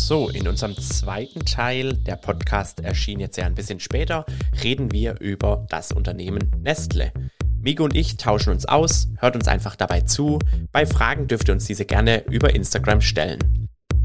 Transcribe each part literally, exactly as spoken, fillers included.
So, in unserem zweiten Teil, der Podcast erschien jetzt ja ein bisschen später, reden wir über das Unternehmen Nestle. Migo und ich tauschen uns aus, hört uns einfach dabei zu. Bei Fragen dürft ihr uns diese gerne über Instagram stellen.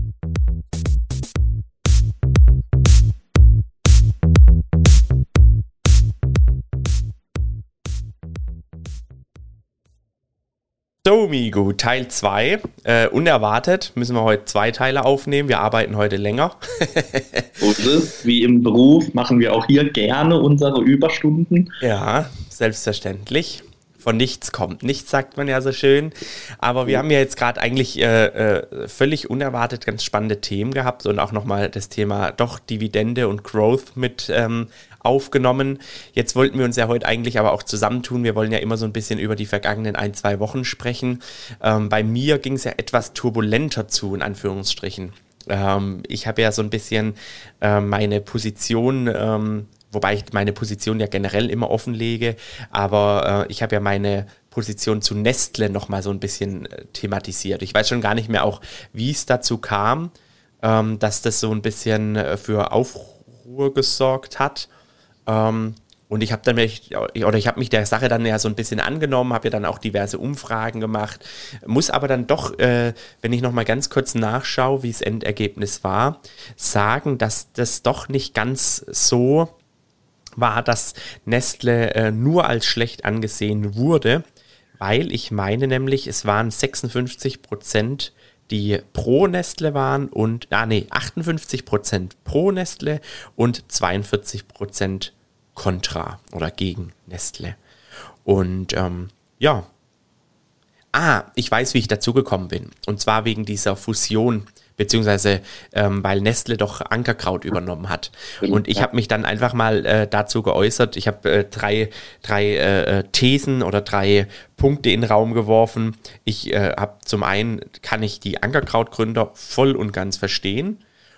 So, Migo, Teil zwei. Äh, unerwartet müssen wir heute zwei Teile aufnehmen. Wir arbeiten heute länger. So ist es. Wie im Beruf machen wir auch hier gerne unsere Überstunden. Ja, selbstverständlich. Von nichts kommt nichts, sagt man ja so schön. Aber wir haben ja jetzt gerade eigentlich äh, äh, völlig unerwartet ganz spannende Themen gehabt und auch nochmal das Thema doch Dividende und Growth mit ähm, aufgenommen. Jetzt wollten wir uns ja heute eigentlich aber auch zusammentun. Wir wollen ja immer so ein bisschen über die vergangenen ein, zwei Wochen sprechen. Ähm, bei mir ging es ja etwas turbulenter zu, in Anführungsstrichen. Ähm, ich habe ja so ein bisschen äh, meine Position... Ähm, Wobei ich meine Position ja generell immer offenlege, aber äh, ich habe ja meine Position zu Nestle nochmal so ein bisschen äh, thematisiert. Ich weiß schon gar nicht mehr auch, wie es dazu kam, ähm, dass das so ein bisschen äh, für Aufruhr gesorgt hat. Ähm, und ich habe dann mich, oder ich habe mich der Sache dann ja so ein bisschen angenommen, habe ja dann auch diverse Umfragen gemacht, muss aber dann doch, äh, wenn ich nochmal ganz kurz nachschaue, wie das Endergebnis war, sagen, dass das doch nicht ganz so war, dass Nestle äh, nur als schlecht angesehen wurde, weil ich meine nämlich, es waren sechsundfünfzig Prozent, die pro Nestle waren und, ah nee, achtundfünfzig Prozent pro Nestle und zweiundvierzig Prozent kontra oder gegen Nestle. Und ähm, ja, ah, ich weiß, wie ich dazu gekommen bin. Und zwar wegen dieser Fusion, beziehungsweise ähm, weil Nestle doch Ankerkraut übernommen hat. Und ich habe mich dann einfach mal äh, dazu geäußert. Ich habe äh, drei, drei äh, Thesen oder drei Punkte in den Raum geworfen. Ich äh, habe zum einen, kann ich die Ankerkrautgründer voll und ganz verstehen.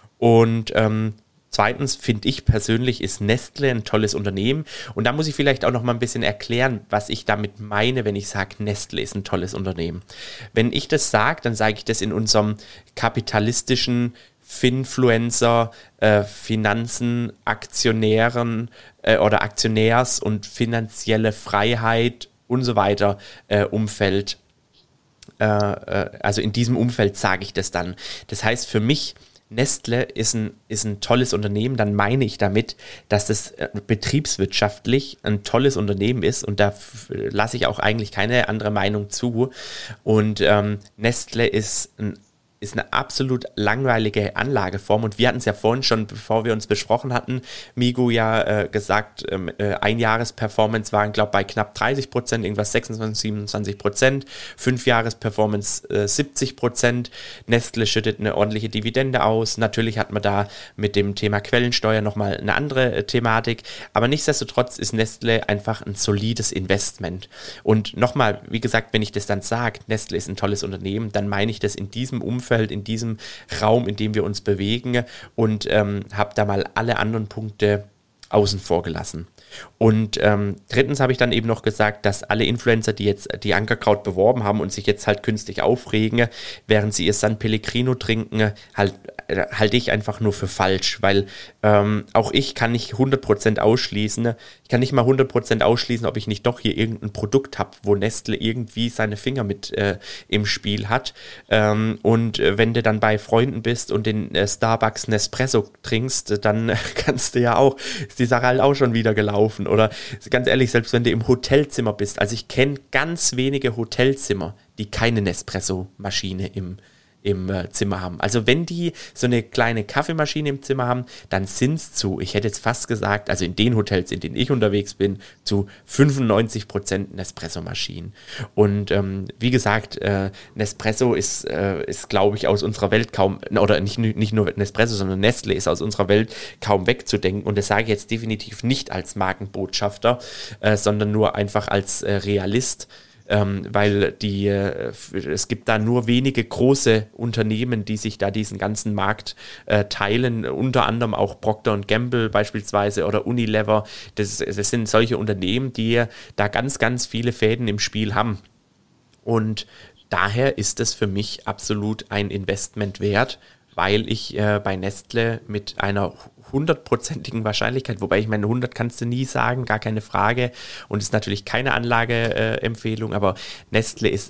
Und ähm, zweitens finde ich persönlich, ist Nestle ein tolles Unternehmen. Und da muss ich vielleicht auch noch mal ein bisschen erklären, was ich damit meine, wenn ich sage, Nestle ist ein tolles Unternehmen. Wenn ich das sage, dann sage ich das in unserem kapitalistischen Finfluencer, äh, Finanzen, Aktionären äh, oder Aktionärs- und finanzielle Freiheit und so weiter äh, Umfeld. Äh, äh, also in diesem Umfeld sage ich das dann. Das heißt für mich, Nestle ist ein, ist ein tolles Unternehmen, dann meine ich damit, dass es betriebswirtschaftlich ein tolles Unternehmen ist und da f- lasse ich auch eigentlich keine andere Meinung zu. Und ähm, Nestle ist ein ist eine absolut langweilige Anlageform und wir hatten es ja vorhin schon, bevor wir uns besprochen hatten, Migo ja äh, gesagt, ähm, äh, Einjahres-Performance waren, glaube ich, bei knapp dreißig Prozent, irgendwas sechsundzwanzig, siebenundzwanzig Prozent, Fünfjahres-Performance äh, siebzig Prozent, Nestle schüttet eine ordentliche Dividende aus, natürlich hat man da mit dem Thema Quellensteuer nochmal eine andere äh, Thematik, aber nichtsdestotrotz ist Nestle einfach ein solides Investment und nochmal, wie gesagt, wenn ich das dann sage, Nestle ist ein tolles Unternehmen, dann meine ich das in diesem Umfeld, in diesem Raum, in dem wir uns bewegen und ähm, habe da mal alle anderen Punkte außen vor gelassen. Und ähm, drittens habe ich dann eben noch gesagt, dass alle Influencer, die jetzt die Ankerkraut beworben haben und sich jetzt halt künstlich aufregen, während sie ihr San Pellegrino trinken, halt äh, halte ich einfach nur für falsch, weil ähm, auch ich kann nicht hundert Prozent ausschließen, ich kann nicht mal hundert Prozent ausschließen, ob ich nicht doch hier irgendein Produkt habe, wo Nestle irgendwie seine Finger mit äh, im Spiel hat. Ähm, und äh, wenn du dann bei Freunden bist und den äh, Starbucks Nespresso trinkst, dann äh, kannst du ja auch, ist die Sache halt auch schon wieder gelaufen. Oder ganz ehrlich, selbst wenn du im Hotelzimmer bist, also ich kenne ganz wenige Hotelzimmer, die keine Nespresso-Maschine im, im äh, Zimmer haben. Also wenn die so eine kleine Kaffeemaschine im Zimmer haben, dann sind es zu, ich hätte jetzt fast gesagt, also in den Hotels, in denen ich unterwegs bin, zu fünfundneunzig Prozent Nespresso-Maschinen. Und ähm, wie gesagt, äh, Nespresso ist, äh, ist glaube ich, aus unserer Welt kaum, oder nicht, nicht nur Nespresso, sondern Nestle ist aus unserer Welt kaum wegzudenken. Und das sage ich jetzt definitiv nicht als Markenbotschafter, äh, sondern nur einfach als äh, Realist. Ähm, weil die, äh, es gibt da nur wenige große Unternehmen, die sich da diesen ganzen Markt äh, teilen, unter anderem auch Procter und Gamble beispielsweise oder Unilever. Das, das sind solche Unternehmen, die da ganz, ganz viele Fäden im Spiel haben. Und daher ist es für mich absolut ein Investment wert, weil ich äh, bei Nestle mit einer hundertprozentigen Wahrscheinlichkeit, wobei ich meine, hundert kannst du nie sagen, gar keine Frage, und ist natürlich keine Anlageempfehlung, aber Nestle ist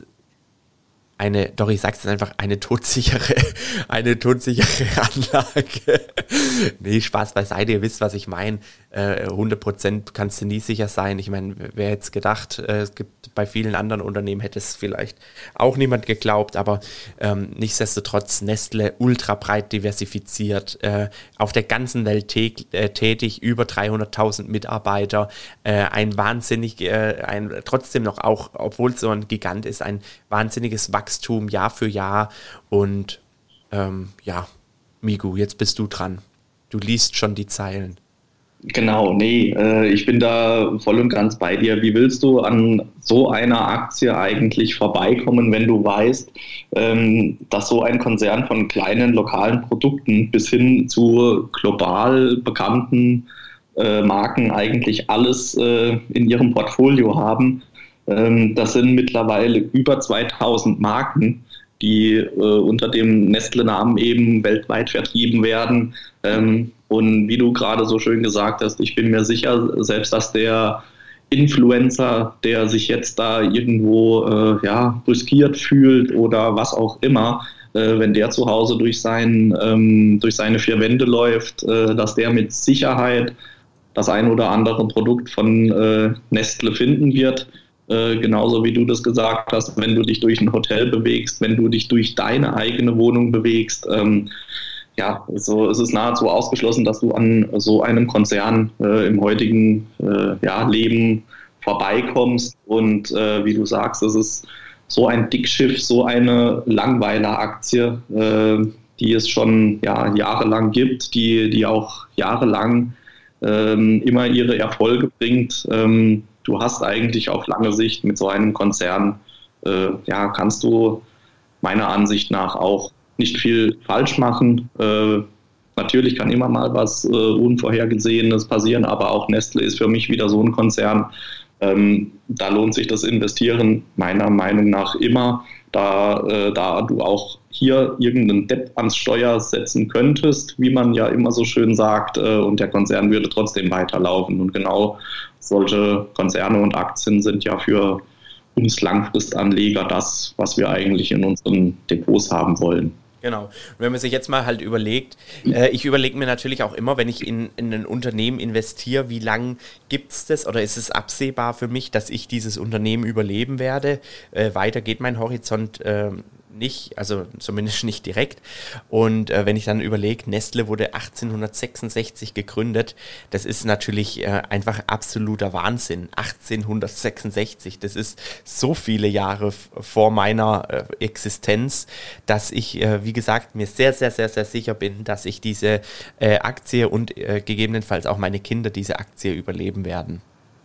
eine, doch ich sag's jetzt einfach, eine todsichere, eine todsichere Anlage. Nee, Spaß beiseite, ihr wisst, was ich meine. Äh, hundert Prozent kannst du nie sicher sein. Ich meine, wer hätte es gedacht, äh, es gibt bei vielen anderen Unternehmen, hätte es vielleicht auch niemand geglaubt, aber ähm, nichtsdestotrotz Nestle ultra breit diversifiziert, äh, auf der ganzen Welt tä- äh, tätig, über dreihunderttausend Mitarbeiter, äh, ein wahnsinnig, äh, ein trotzdem noch auch, obwohl es so ein Gigant ist, ein wahnsinniges Wachstum Jahr für Jahr und ähm, ja, Migu, jetzt bist du dran. Du liest schon die Zeilen. Genau, nee, äh, ich bin da voll und ganz bei dir. Wie willst du an so einer Aktie eigentlich vorbeikommen, wenn du weißt, ähm, dass so ein Konzern von kleinen lokalen Produkten bis hin zu global bekannten äh, Marken eigentlich alles äh, in ihrem Portfolio haben? Ähm, das sind mittlerweile über zweitausend Marken, die äh, unter dem Nestle-Namen eben weltweit vertrieben werden. Ähm, und wie du gerade so schön gesagt hast, ich bin mir sicher, selbst dass der Influencer, der sich jetzt da irgendwo äh, ja, brüskiert fühlt oder was auch immer, äh, wenn der zu Hause durch, sein, ähm, durch seine vier Wände läuft, äh, dass der mit Sicherheit das ein oder andere Produkt von äh, Nestle finden wird. Äh, genauso wie du das gesagt hast, wenn du dich durch ein Hotel bewegst, wenn du dich durch deine eigene Wohnung bewegst, ähm, ja, so es ist nahezu ausgeschlossen, dass du an so einem Konzern äh, im heutigen äh, ja, Leben vorbeikommst. Und äh, wie du sagst, es ist so ein Dickschiff, so eine Langweiler-Aktie, äh, die es schon ja, jahrelang gibt, die, die auch jahrelang ähm, immer ihre Erfolge bringt. Ähm, du hast eigentlich auf lange Sicht mit so einem Konzern, äh, ja, kannst du meiner Ansicht nach auch nicht viel falsch machen. Äh, natürlich kann immer mal was äh, Unvorhergesehenes passieren, aber auch Nestle ist für mich wieder so ein Konzern. Ähm, da lohnt sich das Investieren meiner Meinung nach immer, da, äh, da du auch hier irgendeinen Depp ans Steuer setzen könntest, wie man ja immer so schön sagt, äh, und der Konzern würde trotzdem weiterlaufen. Und genau solche Konzerne und Aktien sind ja für uns Langfristanleger das, was wir eigentlich in unseren Depots haben wollen. Genau. Und wenn man sich jetzt mal halt überlegt, äh, ich überlege mir natürlich auch immer, wenn ich in, in ein Unternehmen investiere, wie lange gibt es das oder ist es absehbar für mich, dass ich dieses Unternehmen überleben werde? Äh, weiter geht mein Horizont äh, nicht, also zumindest nicht direkt. Und äh, wenn ich dann überlege, Nestle wurde achtzehnhundertsechsundsechzig gegründet, das ist natürlich äh, einfach absoluter Wahnsinn. achtzehnhundertsechsundsechzig, das ist so viele Jahre f- vor meiner äh, Existenz, dass ich, äh, wie gesagt, mir sehr, sehr, sehr, sehr sicher bin, dass ich diese äh, Aktie und äh, gegebenenfalls auch meine Kinder diese Aktie überleben werden.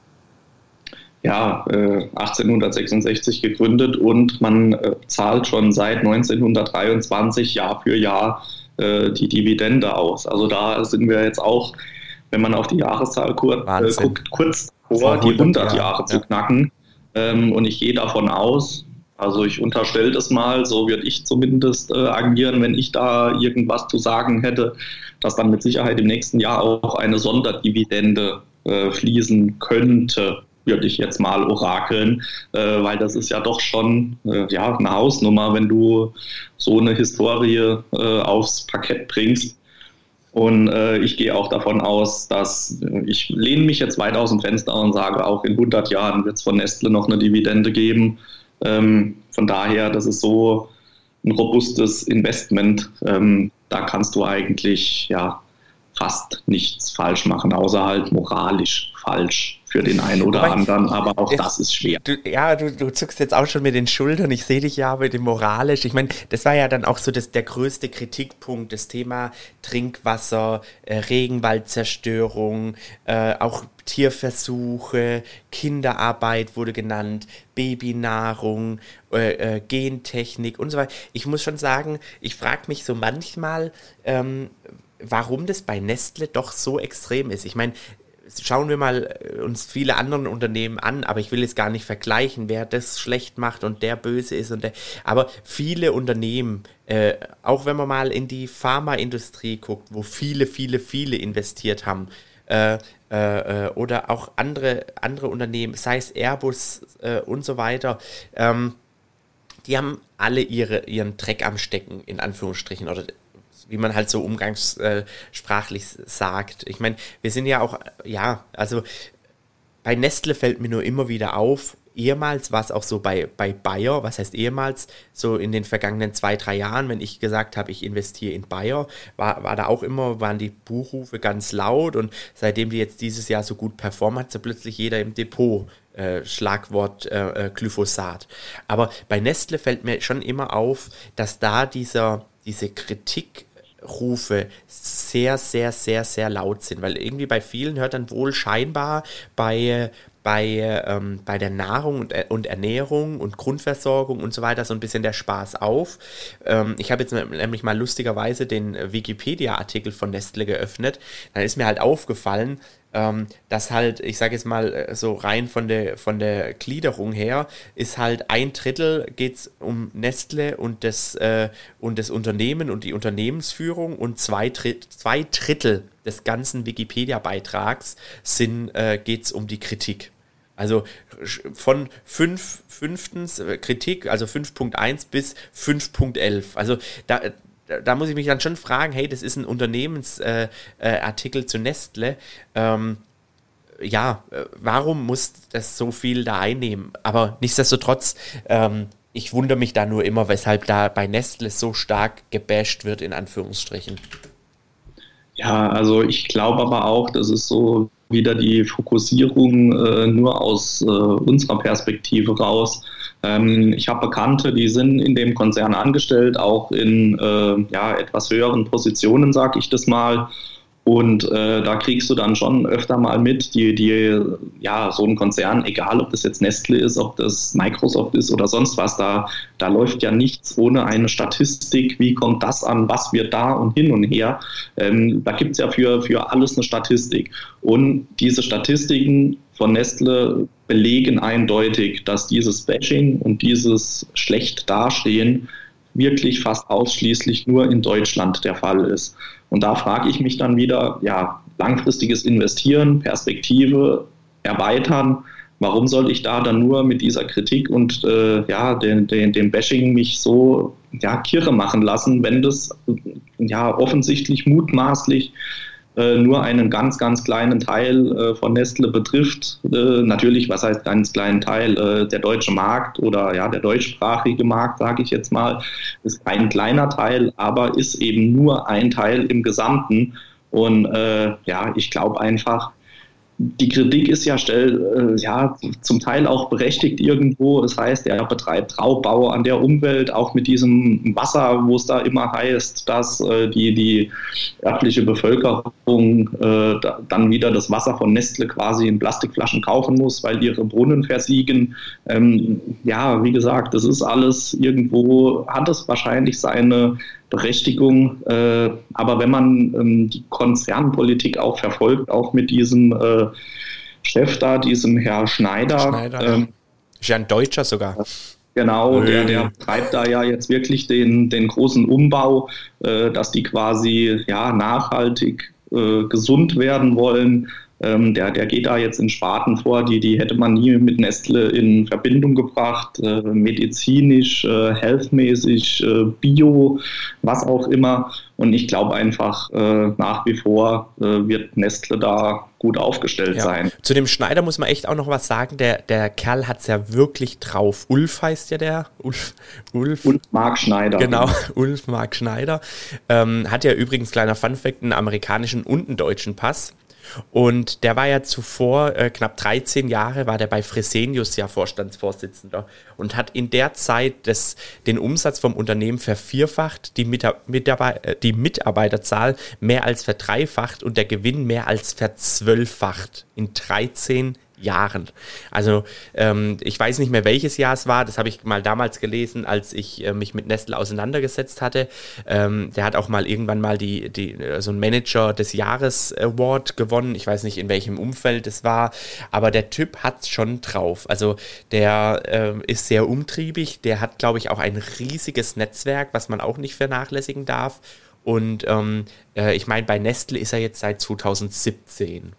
Ja, äh, achtzehnhundertsechsundsechzig gegründet und man äh, zahlt schon seit neunzehnhundertdreiundzwanzig Jahr für Jahr äh, die Dividende aus. Also da sind wir jetzt auch, wenn man auf die Jahreszahl kur- äh, guckt, kurz vor, die hundert Jahre zu knacken. Ähm, und ich gehe davon aus, also ich unterstelle das mal, so würde ich zumindest äh, agieren, wenn ich da irgendwas zu sagen hätte, dass dann mit Sicherheit im nächsten Jahr auch eine Sonderdividende äh, fließen könnte, würde ich jetzt mal orakeln, äh, weil das ist ja doch schon äh, ja, eine Hausnummer, wenn du so eine Historie äh, aufs Parkett bringst. Und äh, ich gehe auch davon aus, dass äh, ich lehne mich jetzt weit aus dem Fenster und sage, auch in hundert Jahren wird es von Nestle noch eine Dividende geben. Ähm, von daher, das ist so ein robustes Investment. Ähm, da kannst du eigentlich ja fast nichts falsch machen, außer halt moralisch falsch für den einen oder Wobei, anderen, aber auch jetzt, das ist schwer. Du, ja, du, du zuckst jetzt auch schon mit den Schultern, ich sehe dich ja mit dem moralisch. Ich meine, das war ja dann auch so das, der größte Kritikpunkt, das Thema Trinkwasser, äh, Regenwaldzerstörung, äh, auch Tierversuche, Kinderarbeit wurde genannt, Babynahrung, äh, äh, Gentechnik und so weiter. Ich muss schon sagen, ich frage mich so manchmal, ähm, warum das bei Nestle doch so extrem ist. Ich meine, schauen wir mal uns viele andere Unternehmen an, aber ich will jetzt gar nicht vergleichen, wer das schlecht macht und der böse ist und der, aber viele Unternehmen, äh, auch wenn man mal in die Pharmaindustrie guckt, wo viele, viele, viele investiert haben, äh, äh, oder auch andere, andere Unternehmen, sei es Airbus äh, und so weiter, ähm, die haben alle ihre, ihren Dreck am Stecken, in Anführungsstrichen, oder wie man halt so umgangssprachlich sagt. Ich meine, wir sind ja auch, ja, also bei Nestle fällt mir nur immer wieder auf, ehemals war es auch so bei, bei Bayer, was heißt ehemals, so in den vergangenen zwei, drei Jahren, wenn ich gesagt habe, ich investiere in Bayer, war, war da auch immer, waren die Buchrufe ganz laut und seitdem die jetzt dieses Jahr so gut performen, hat so plötzlich jeder im Depot äh, Schlagwort äh, Glyphosat. Aber bei Nestle fällt mir schon immer auf, dass da dieser, diese Kritik Rufe sehr, sehr, sehr, sehr laut sind, weil irgendwie bei vielen hört dann wohl scheinbar bei, bei, ähm, bei der Nahrung und, und Ernährung und Grundversorgung und so weiter so ein bisschen der Spaß auf. Ähm, ich habe jetzt nämlich mal lustigerweise den Wikipedia-Artikel von Nestle geöffnet, dann ist mir halt aufgefallen, Ähm, dass halt, ich sage jetzt mal so rein von der, von der Gliederung her, ist halt ein Drittel geht es um Nestle und das, äh, und das Unternehmen und die Unternehmensführung und zwei, Dritt, zwei Drittel des ganzen Wikipedia-Beitrags sind, äh, geht es um die Kritik. Also von fünf, fünftens äh, Kritik, also fünf Punkt eins bis fünf Punkt elf. Also da Da muss ich mich dann schon fragen, hey, das ist ein Unternehmensartikel äh, äh, zu Nestle. Ähm, ja, äh, warum muss das so viel da einnehmen? Aber nichtsdestotrotz, ähm, ich wundere mich da nur immer, weshalb da bei Nestle so stark gebasht wird, in Anführungsstrichen. Ja, also ich glaube aber auch, das ist so wieder die Fokussierung äh, nur aus äh, unserer Perspektive raus. Ähm, ich habe Bekannte, die sind in dem Konzern angestellt, auch in äh, ja, etwas höheren Positionen, sage ich das mal. Und äh, da kriegst du dann schon öfter mal mit, die, die, ja, so ein Konzern, egal ob das jetzt Nestle ist, ob das Microsoft ist oder sonst was, da, da läuft ja nichts ohne eine Statistik, wie kommt das an, was wird da und hin und her. Ähm, da gibt es ja für, für alles eine Statistik. Und diese Statistiken von Nestle belegen eindeutig, dass dieses Bashing und dieses schlecht Dastehen wirklich fast ausschließlich nur in Deutschland der Fall ist. Und da frage ich mich dann wieder, ja, langfristiges Investieren, Perspektive erweitern, warum soll ich da dann nur mit dieser Kritik und äh, ja, den, den, dem Bashing mich so ja, kirre machen lassen, wenn das ja offensichtlich mutmaßlich äh, nur einen ganz, ganz kleinen Teil äh, von Nestle betrifft. Äh, natürlich, was heißt ganz kleinen Teil? Äh, der deutsche Markt oder ja, der deutschsprachige Markt, sage ich jetzt mal, ist ein kleiner Teil, aber ist eben nur ein Teil im Gesamten. Und äh, ja, ich glaube einfach, die Kritik ist ja, stell, äh, ja zum Teil auch berechtigt irgendwo. Das heißt, er betreibt Raubbau an der Umwelt, auch mit diesem Wasser, wo es da immer heißt, dass äh, die, die örtliche Bevölkerung äh, da, dann wieder das Wasser von Nestle quasi in Plastikflaschen kaufen muss, weil ihre Brunnen versiegen. Ähm, ja, wie gesagt, das ist alles irgendwo, hat es wahrscheinlich seine Berechtigung, äh, aber wenn man ähm, die Konzernpolitik auch verfolgt, auch mit diesem äh, Chef da, diesem Herr Schneider. Schneider, ähm, ist ja ein Deutscher sogar. Genau, der, der treibt da ja jetzt wirklich den, den großen Umbau, äh, dass die quasi ja, nachhaltig äh, gesund werden wollen. Ähm, der, der geht da jetzt in Sparten vor, die, die hätte man nie mit Nestle in Verbindung gebracht, äh, medizinisch, äh, healthmäßig, äh, bio, was auch immer. Und ich glaube einfach, äh, nach wie vor äh, wird Nestle da gut aufgestellt ja. sein. Zu dem Schneider muss man echt auch noch was sagen. Der, der Kerl hat es ja wirklich drauf. Ulf heißt ja der. Ulf, Ulf. Ulf Mark Schneider. Genau, Ulf Mark Schneider. Ähm, hat ja übrigens, kleiner Funfact, einen amerikanischen und einen deutschen Pass. Und der war ja zuvor, äh, knapp dreizehn Jahre, war der bei Fresenius ja Vorstandsvorsitzender und hat in der Zeit das, den Umsatz vom Unternehmen vervierfacht, die, Mitar- Mitarbeiter, die Mitarbeiterzahl mehr als verdreifacht und der Gewinn mehr als verzwölffacht in dreizehn Jahren. Also ähm, ich weiß nicht mehr, welches Jahr es war, das habe ich mal damals gelesen, als ich äh, mich mit Nestle auseinandergesetzt hatte. Ähm, der hat auch mal irgendwann mal die, die, so ein Manager des Jahres Award gewonnen. Ich weiß nicht, in welchem Umfeld es war, aber der Typ hat es schon drauf. Also der äh, ist sehr umtriebig, der hat, glaube ich, auch ein riesiges Netzwerk, was man auch nicht vernachlässigen darf. Und ähm, äh, ich meine, bei Nestle ist er jetzt seit zwanzig siebzehn.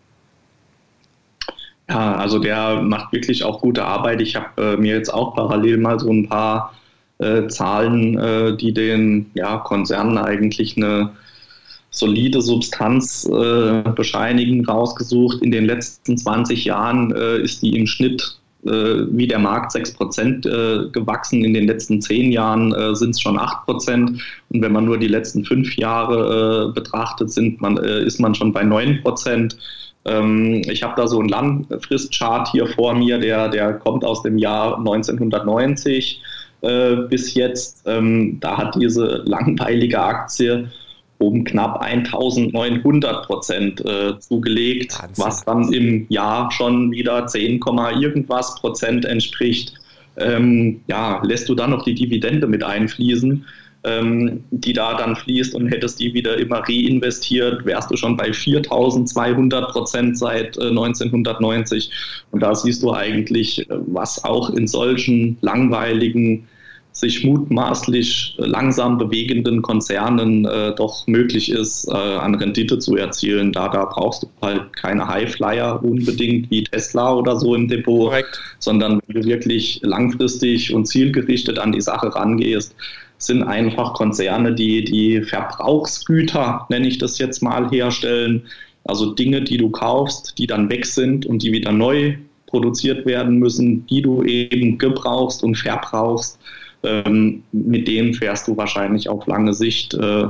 Ja, also der macht wirklich auch gute Arbeit. Ich habe äh, mir jetzt auch parallel mal so ein paar äh, Zahlen, äh, die den ja, Konzernen eigentlich eine solide Substanz äh, bescheinigen, rausgesucht. In den letzten zwanzig Jahren äh, ist die im Schnitt äh, wie der Markt sechs Prozent äh, gewachsen. In den letzten zehn Jahren äh, sind es schon acht Prozent. Und wenn man nur die letzten fünf Jahre äh, betrachtet, sind man, äh, ist man schon bei neun Prozent. Ich habe da so einen Langfristchart hier vor mir, der, der kommt aus dem Jahr neunzehnhundertneunzig äh, bis jetzt. Ähm, da hat diese langweilige Aktie um knapp eintausendneunhundert Prozent äh, zugelegt, Wahnsinn. Was dann im Jahr schon wieder zehn, irgendwas Prozent entspricht. Ähm, ja, lässt du dann noch die Dividende mit einfließen, ähm, die da dann fließt, und hättest die wieder immer reinvestiert, wärst du schon bei viertausendzweihundert Prozent seit äh, neunzehnhundertneunzig. Und da siehst du eigentlich, was auch in solchen langweiligen, sich mutmaßlich langsam bewegenden Konzernen äh, doch möglich ist, äh, an Rendite zu erzielen. Da, da brauchst du halt keine Highflyer unbedingt wie Tesla oder so im Depot, Korrekt. Sondern wenn du wirklich langfristig und zielgerichtet an die Sache rangehst, sind einfach Konzerne, die die Verbrauchsgüter, nenne ich das jetzt mal, herstellen. Also Dinge, die du kaufst, die dann weg sind und die wieder neu produziert werden müssen, die du eben gebrauchst und verbrauchst. Ähm, mit denen fährst du wahrscheinlich auf lange Sicht äh,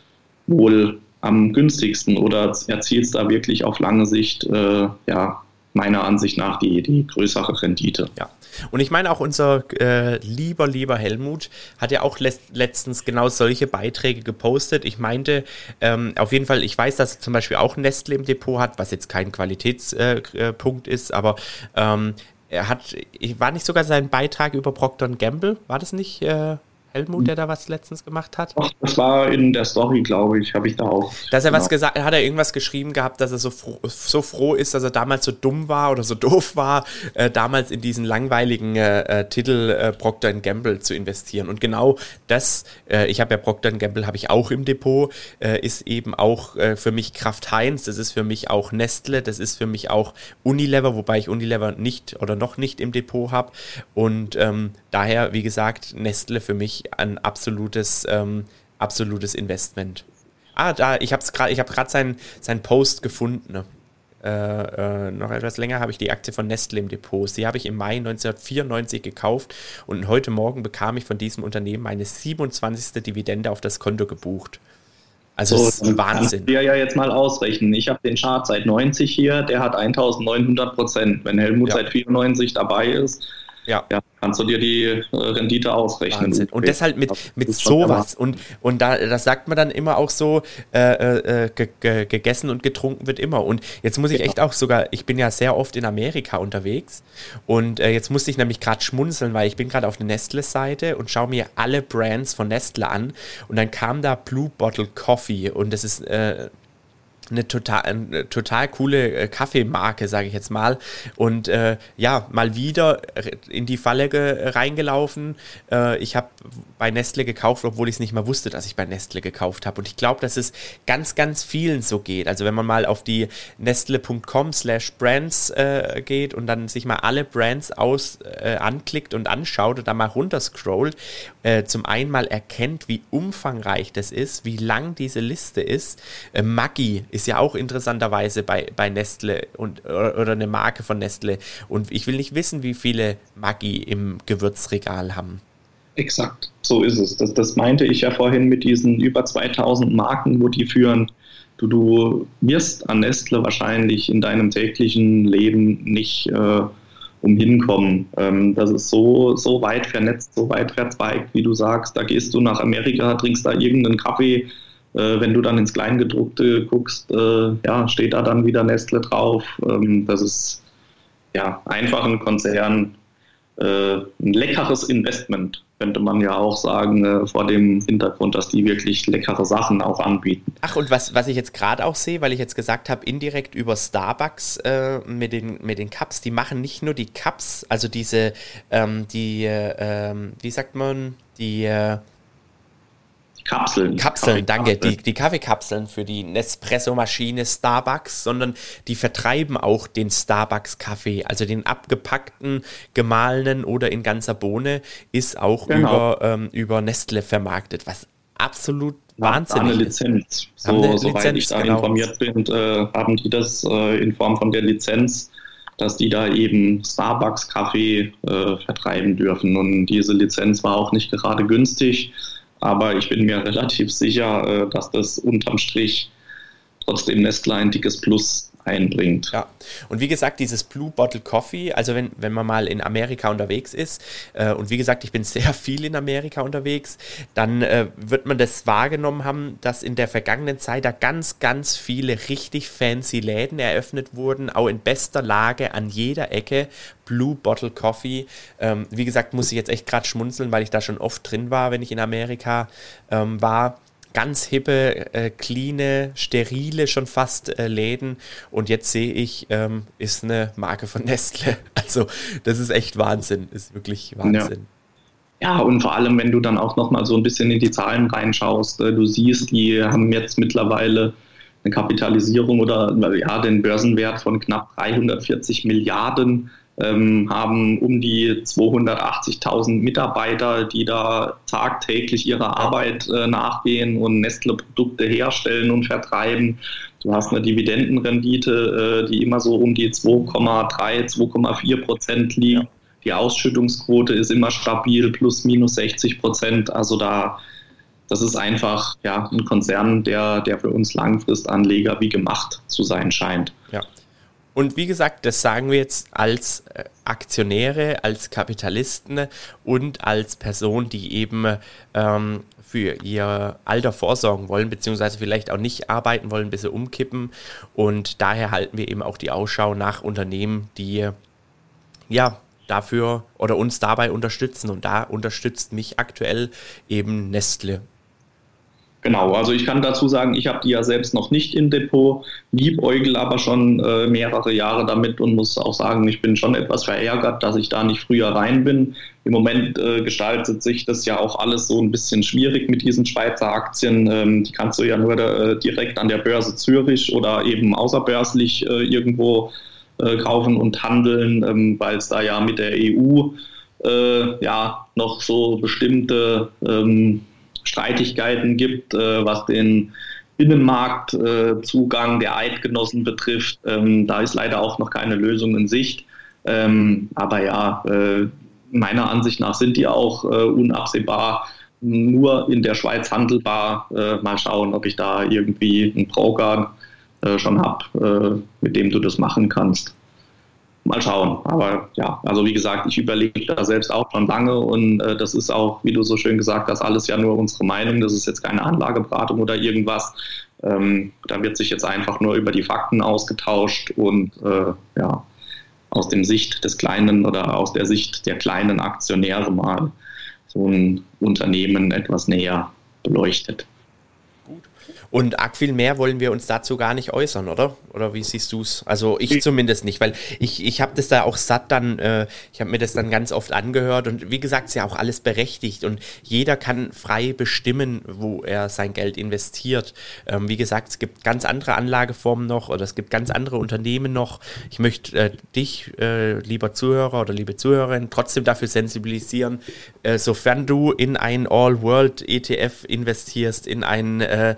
wohl am günstigsten oder erzielst da wirklich auf lange Sicht, äh, ja, meiner Ansicht nach die, die größere Rendite. Ja. Und ich meine auch unser äh, lieber, lieber Helmut hat ja auch les- letztens genau solche Beiträge gepostet. Ich meinte, ähm, auf jeden Fall, ich weiß, dass er zum Beispiel auch Nestle im Depot hat, was jetzt kein Qualitätspunkt äh, ist, aber ähm, er hat, war nicht sogar sein Beitrag über Procter and Gamble, war das nicht äh, Helmut, der da was letztens gemacht hat? Ach, das war in der Story, glaube ich, habe ich da auch. Dass er genau. was gesagt hat, er irgendwas geschrieben gehabt, dass er so froh, so froh ist, dass er damals so dumm war oder so doof war, äh, damals in diesen langweiligen äh, Titel äh, Procter and Gamble zu investieren. Und genau das, äh, ich habe ja Procter and Gamble, habe ich auch im Depot, äh, ist eben auch äh, für mich Kraft Heinz, das ist für mich auch Nestle, das ist für mich auch Unilever, wobei ich Unilever nicht oder noch nicht im Depot habe. Und ähm, daher, wie gesagt, Nestle für mich ein absolutes, ähm, absolutes Investment. Ah, da, ich habe gerade, ich habe gerade seinen sein Post gefunden. Ne? Äh, äh, noch etwas länger habe ich die Aktie von Nestle im Depot. Die habe ich im Mai neunzehnhundertvierundneunzig gekauft und heute Morgen bekam ich von diesem Unternehmen meine siebenundzwanzigste Dividende auf das Konto gebucht. Also so, das ist Wahnsinn. Kannst du ja jetzt mal ausrechnen. Ich habe den Chart seit neunzig hier, der hat eintausendneunhundert Prozent. Wenn Helmut ja. seit vierundneunzig dabei ist, Ja. ja, kannst du dir die äh, Rendite ausrechnen. Wahnsinn. Und deshalb mit, mit sowas. Und, und da, das sagt man dann immer auch so, äh, äh, ge, ge, gegessen und getrunken wird immer. Und jetzt muss ich echt auch sogar, ich bin ja sehr oft in Amerika unterwegs und äh, jetzt musste ich nämlich gerade schmunzeln, weil ich bin gerade auf der Nestle-Seite und schaue mir alle Brands von Nestle an und dann kam da Blue Bottle Coffee und das ist äh, eine total, eine total coole Kaffeemarke, sage ich jetzt mal. Und äh, ja, mal wieder in die Falle ge- reingelaufen. Äh, ich habe bei Nestle gekauft, obwohl ich es nicht mal wusste, dass ich bei Nestle gekauft habe. Und ich glaube, dass es ganz, ganz vielen so geht. Also wenn man mal auf die nestle punkt com slash brands äh, geht und dann sich mal alle Brands aus, äh, anklickt und anschaut und dann mal runterscrollt, äh, zum einen mal erkennt, wie umfangreich das ist, wie lang diese Liste ist. Äh, Maggi ist ja auch interessanterweise bei, bei Nestle und, oder eine Marke von Nestle. Und ich will nicht wissen, wie viele Maggi im Gewürzregal haben. Exakt, so ist es. Das, das meinte ich ja vorhin mit diesen über zweitausend Marken, wo die führen. Du, du wirst an Nestle wahrscheinlich in deinem täglichen Leben nicht äh, umhin kommen. Ähm, das ist so, so weit vernetzt, so weit verzweigt, wie du sagst. Da gehst du nach Amerika, trinkst da irgendeinen Kaffee. Äh, wenn du dann ins Kleingedruckte guckst, äh, ja, steht da dann wieder Nestle drauf. Ähm, das ist ja, einfachen Konzern äh, ein leckeres Investment, könnte man ja auch sagen, äh, vor dem Hintergrund, dass die wirklich leckere Sachen auch anbieten. Ach, und was, was ich jetzt gerade auch sehe, weil ich jetzt gesagt habe, indirekt über Starbucks äh, mit, den, mit den Cups, die machen nicht nur die Cups, also diese, ähm, die, äh, wie sagt man, die äh, Kapseln. Kapseln, danke, die, die Kaffeekapseln für die Nespresso-Maschine Starbucks, sondern die vertreiben auch den Starbucks-Kaffee, also den abgepackten, gemahlenen oder in ganzer Bohne, ist auch genau. über, ähm, über Nestle vermarktet, was absolut wahnsinnig eine Lizenz. ist. So, eine soweit Lizenz, ich da genau. informiert bin, äh, haben die das äh, in Form von der Lizenz, dass die da eben Starbucks-Kaffee äh, vertreiben dürfen. Und diese Lizenz war auch nicht gerade günstig. Aber ich bin mir relativ sicher, dass das unterm Strich trotzdem Nestle ein dickes Plus einbringt. Ja, und wie gesagt, dieses Blue Bottle Coffee, also wenn, wenn man mal in Amerika unterwegs ist, äh, und wie gesagt, ich bin sehr viel in Amerika unterwegs, dann äh, wird man das wahrgenommen haben, dass in der vergangenen Zeit da ganz, ganz viele richtig fancy Läden eröffnet wurden, auch in bester Lage an jeder Ecke. Blue Bottle Coffee. Ähm, wie gesagt, muss ich jetzt echt gerade schmunzeln, weil ich da schon oft drin war, wenn ich in Amerika ähm, war. Ganz hippe, äh, cleane, sterile schon fast äh, Läden. Und jetzt sehe ich, ähm, ist eine Marke von Nestle. Also das ist echt Wahnsinn, ist wirklich Wahnsinn. Ja, ja, und vor allem, wenn du dann auch nochmal so ein bisschen in die Zahlen reinschaust, äh, du siehst, die haben jetzt mittlerweile eine Kapitalisierung oder ja, den Börsenwert von knapp dreihundertvierzig Milliarden, ähm, haben um die zweihundertachtzigtausend Mitarbeiter, die da tagtäglich ihrer Arbeit äh, nachgehen und Nestle-Produkte herstellen und vertreiben. Du hast eine Dividendenrendite, äh, die immer so um die zwei Komma drei, zwei Komma vier Prozent liegt. Die Ausschüttungsquote ist immer stabil, plus minus sechzig Prozent. Also da, das ist einfach ja, ein Konzern, der, der für uns Langfristanleger wie gemacht zu sein scheint. Ja. Und wie gesagt, das sagen wir jetzt als Aktionäre, als Kapitalisten und als Person, die eben ähm, für ihr Alter vorsorgen wollen, beziehungsweise vielleicht auch nicht arbeiten wollen, bis sie umkippen. Und daher halten wir eben auch die Ausschau nach Unternehmen, die ja dafür oder uns dabei unterstützen. Und da unterstützt mich aktuell eben Nestle. Genau, also ich kann dazu sagen, ich habe die ja selbst noch nicht im Depot, liebäugel aber schon äh, mehrere Jahre damit und muss auch sagen, ich bin schon etwas verärgert, dass ich da nicht früher rein bin. Im Moment äh, gestaltet sich das ja auch alles so ein bisschen schwierig mit diesen Schweizer Aktien. Ähm, die kannst du ja nur äh, direkt an der Börse Zürich oder eben außerbörslich äh, irgendwo äh, kaufen und handeln, ähm, weil es da ja mit der E U äh, ja noch so bestimmte ähm, Streitigkeiten gibt, äh, was den Binnenmarktzugang äh, der Eidgenossen betrifft. Ähm, da ist leider auch noch keine Lösung in Sicht. Ähm, aber ja, äh, meiner Ansicht nach sind die auch äh, unabsehbar nur in der Schweiz handelbar. Äh, mal schauen, ob ich da irgendwie einen Broker äh, schon habe, äh, mit dem du das machen kannst. Mal schauen. Aber ja, also wie gesagt, ich überlege da selbst auch schon lange und äh, das ist auch, wie du so schön gesagt hast, alles ja nur unsere Meinung. Das ist jetzt keine Anlageberatung oder irgendwas. Ähm, da wird sich jetzt einfach nur über die Fakten ausgetauscht und äh, ja, aus der Sicht des Kleinen oder aus der Sicht der kleinen Aktionäre mal so ein Unternehmen etwas näher beleuchtet. Und arg viel mehr wollen wir uns dazu gar nicht äußern, oder? Oder wie siehst du es? Also ich zumindest nicht, weil ich, ich habe das da auch satt dann, äh, ich habe mir das dann ganz oft angehört und wie gesagt, ist ja auch alles berechtigt und jeder kann frei bestimmen, wo er sein Geld investiert. Ähm, wie gesagt, es gibt ganz andere Anlageformen noch oder es gibt ganz andere Unternehmen noch. Ich möchte äh, dich, äh, lieber Zuhörer oder liebe Zuhörerin, trotzdem dafür sensibilisieren, äh, sofern du in ein All-World-E T F investierst, in ein äh,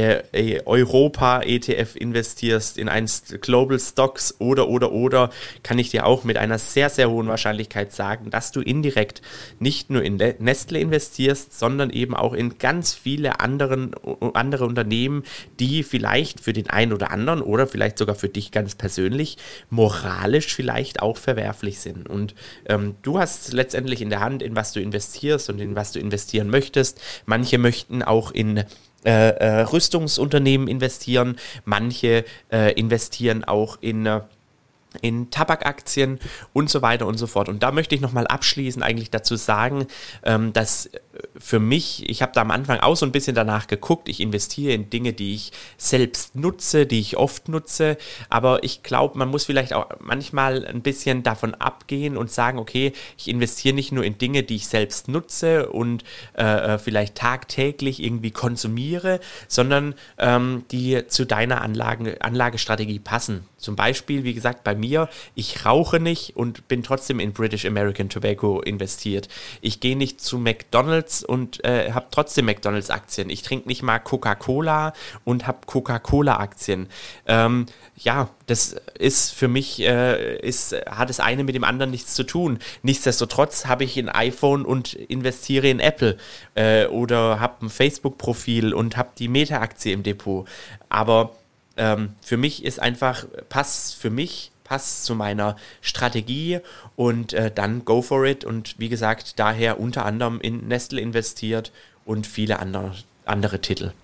Europa-E T F investierst, in einen Global Stocks oder, oder, oder, kann ich dir auch mit einer sehr, sehr hohen Wahrscheinlichkeit sagen, dass du indirekt nicht nur in Nestle investierst, sondern eben auch in ganz viele anderen, andere Unternehmen, die vielleicht für den einen oder anderen oder vielleicht sogar für dich ganz persönlich moralisch vielleicht auch verwerflich sind. Und ähm, du hast letztendlich in der Hand, in was du investierst und in was du investieren möchtest. Manche möchten auch in Äh, äh, Rüstungsunternehmen investieren, manche äh, investieren auch in äh, in Tabakaktien und so weiter und so fort. Und da möchte ich nochmal abschließend eigentlich dazu sagen, ähm, dass für mich, ich habe da am Anfang auch so ein bisschen danach geguckt, ich investiere in Dinge, die ich selbst nutze, die ich oft nutze, aber ich glaube, man muss vielleicht auch manchmal ein bisschen davon abgehen und sagen, okay, ich investiere nicht nur in Dinge, die ich selbst nutze und äh, vielleicht tagtäglich irgendwie konsumiere, sondern ähm, die zu deiner Anlagen, Anlagestrategie passen. Zum Beispiel, wie gesagt, bei mir, ich rauche nicht und bin trotzdem in British American Tobacco investiert. Ich gehe nicht zu McDonald's und äh, habe trotzdem McDonald's-Aktien. Ich trinke nicht mal Coca-Cola und habe Coca-Cola-Aktien. Ähm, ja, das ist für mich, äh, ist, hat das eine mit dem anderen nichts zu tun. Nichtsdestotrotz habe ich ein iPhone und investiere in Apple äh, oder habe ein Facebook-Profil und habe die Meta-Aktie im Depot. Aber Ähm, für mich ist einfach, passt für mich, passt zu meiner Strategie und äh, dann go for it und wie gesagt, daher unter anderem in Nestle investiert und viele andere, andere Titel.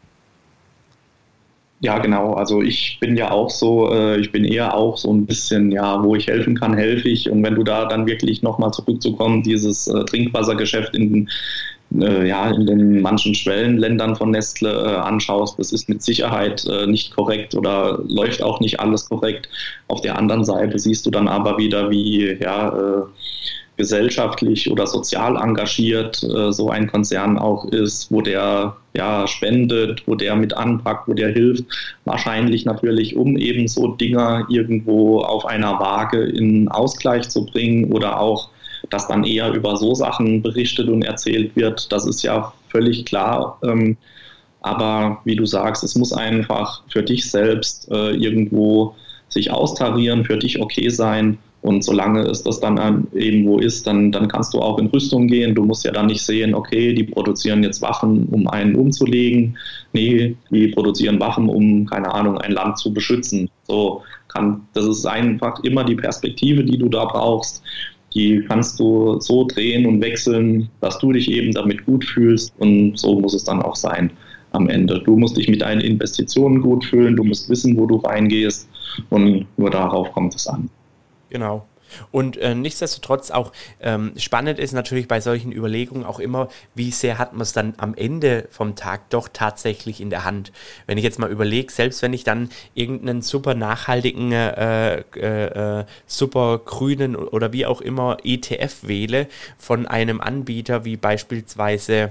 Ja, genau. Also ich bin ja auch so, äh, ich bin eher auch so ein bisschen, ja, wo ich helfen kann, helfe ich. Und wenn du da dann wirklich nochmal zurückzukommen, dieses äh, Trinkwassergeschäft in äh, ja, in den manchen Schwellenländern von Nestle äh, anschaust, das ist mit Sicherheit äh, nicht korrekt oder läuft auch nicht alles korrekt. Auf der anderen Seite siehst du dann aber wieder, wie ja, äh, gesellschaftlich oder sozial engagiert äh, so ein Konzern auch ist, wo der ja spendet, wo der mit anpackt, wo der hilft. Wahrscheinlich natürlich, um eben so Dinger irgendwo auf einer Waage in Ausgleich zu bringen oder auch dass dann eher über so Sachen berichtet und erzählt wird, das ist ja völlig klar. Ähm, aber wie du sagst, es muss einfach für dich selbst äh, irgendwo sich austarieren, für dich okay sein. Und solange es das dann eben wo ist, dann, dann kannst du auch in Rüstung gehen. Du musst ja dann nicht sehen, okay, die produzieren jetzt Waffen, um einen umzulegen. Nee, die produzieren Waffen, um, keine Ahnung, ein Land zu beschützen. So kann, das ist einfach immer die Perspektive, die du da brauchst. Die kannst du so drehen und wechseln, dass du dich eben damit gut fühlst und so muss es dann auch sein am Ende. Du musst dich mit deinen Investitionen gut fühlen, du musst wissen, wo du reingehst und nur darauf kommt es an. Genau. Und äh, nichtsdestotrotz auch ähm, spannend ist natürlich bei solchen Überlegungen auch immer, wie sehr hat man es dann am Ende vom Tag doch tatsächlich in der Hand. Wenn ich jetzt mal überlege, selbst wenn ich dann irgendeinen super nachhaltigen, äh, äh, äh, super grünen oder wie auch immer E T F wähle von einem Anbieter wie beispielsweise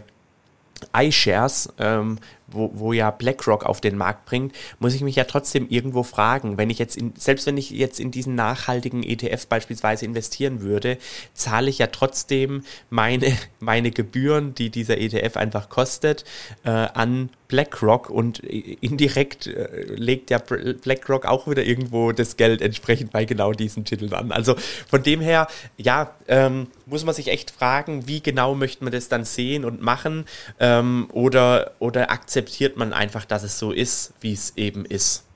iShares, ähm, wo, wo ja BlackRock auf den Markt bringt, muss ich mich ja trotzdem irgendwo fragen, wenn ich jetzt in, selbst wenn ich jetzt in diesen nachhaltigen E T F beispielsweise investieren würde, zahle ich ja trotzdem meine, meine Gebühren, die dieser E T F einfach kostet, äh, an BlackRock und indirekt äh, legt ja BlackRock auch wieder irgendwo das Geld entsprechend bei genau diesen Titeln an. Also von dem her, ja, ähm, muss man sich echt fragen, wie genau möchte man das dann sehen und machen ähm, oder, oder akzeptiert man einfach, dass es so ist, wie es eben ist?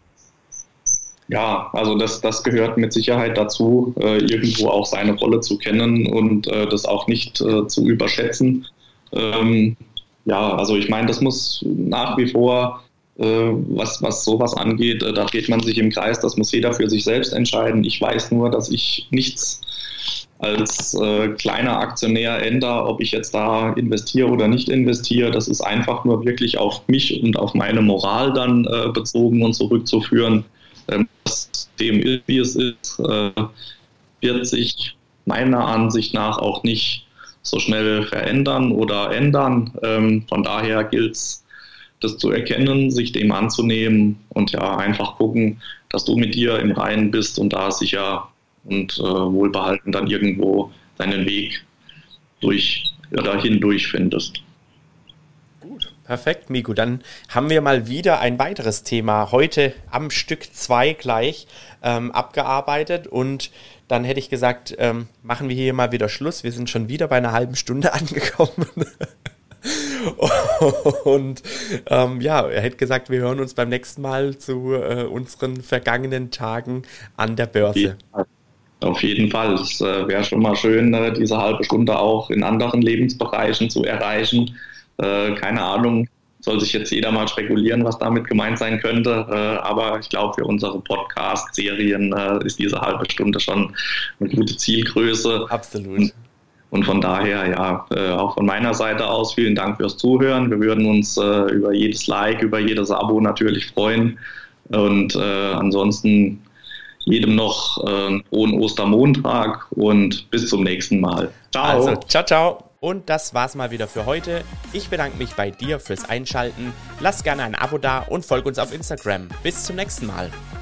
Ja, also das, das gehört mit Sicherheit dazu, äh, irgendwo auch seine Rolle zu kennen und äh, das auch nicht äh, zu überschätzen. Ähm, ja, also ich meine, das muss nach wie vor, äh, was, was sowas angeht, äh, da dreht man sich im Kreis, das muss jeder für sich selbst entscheiden. Ich weiß nur, dass ich nichts als äh, kleiner Aktionär ändere, ob ich jetzt da investiere oder nicht investiere. Das ist einfach nur wirklich auf mich und auf meine Moral dann äh, bezogen und zurückzuführen. Ähm, das System ist, wie es ist, äh, wird sich meiner Ansicht nach auch nicht so schnell verändern oder ändern. Ähm, von daher gilt es, das zu erkennen, sich dem anzunehmen und ja einfach gucken, dass du mit dir im Reinen bist und da sicher und äh, wohlbehalten dann irgendwo deinen Weg durch oder hindurch findest. Gut, perfekt, Miku. Dann haben wir mal wieder ein weiteres Thema heute am Stück zwei gleich ähm, abgearbeitet und dann hätte ich gesagt, ähm, machen wir hier mal wieder Schluss. Wir sind schon wieder bei einer halben Stunde angekommen. Und ähm, ja, er hätte gesagt, wir hören uns beim nächsten Mal zu äh, unseren vergangenen Tagen an der Börse. Auf jeden Fall. Es äh, wäre schon mal schön, äh, diese halbe Stunde auch in anderen Lebensbereichen zu erreichen. Äh, keine Ahnung, soll sich jetzt jeder mal spekulieren, was damit gemeint sein könnte. Äh, aber ich glaube, für unsere Podcast-Serien äh, ist diese halbe Stunde schon eine gute Zielgröße. Absolut. Und, und von daher, ja, äh, auch von meiner Seite aus vielen Dank fürs Zuhören. Wir würden uns äh, über jedes Like, über jedes Abo natürlich freuen. Und äh, ansonsten jedem noch äh, einen frohen Ostermontag und bis zum nächsten Mal. Ciao. Also, ciao, ciao. Und das war's mal wieder für heute. Ich bedanke mich bei dir fürs Einschalten. Lass gerne ein Abo da und folg uns auf Instagram. Bis zum nächsten Mal.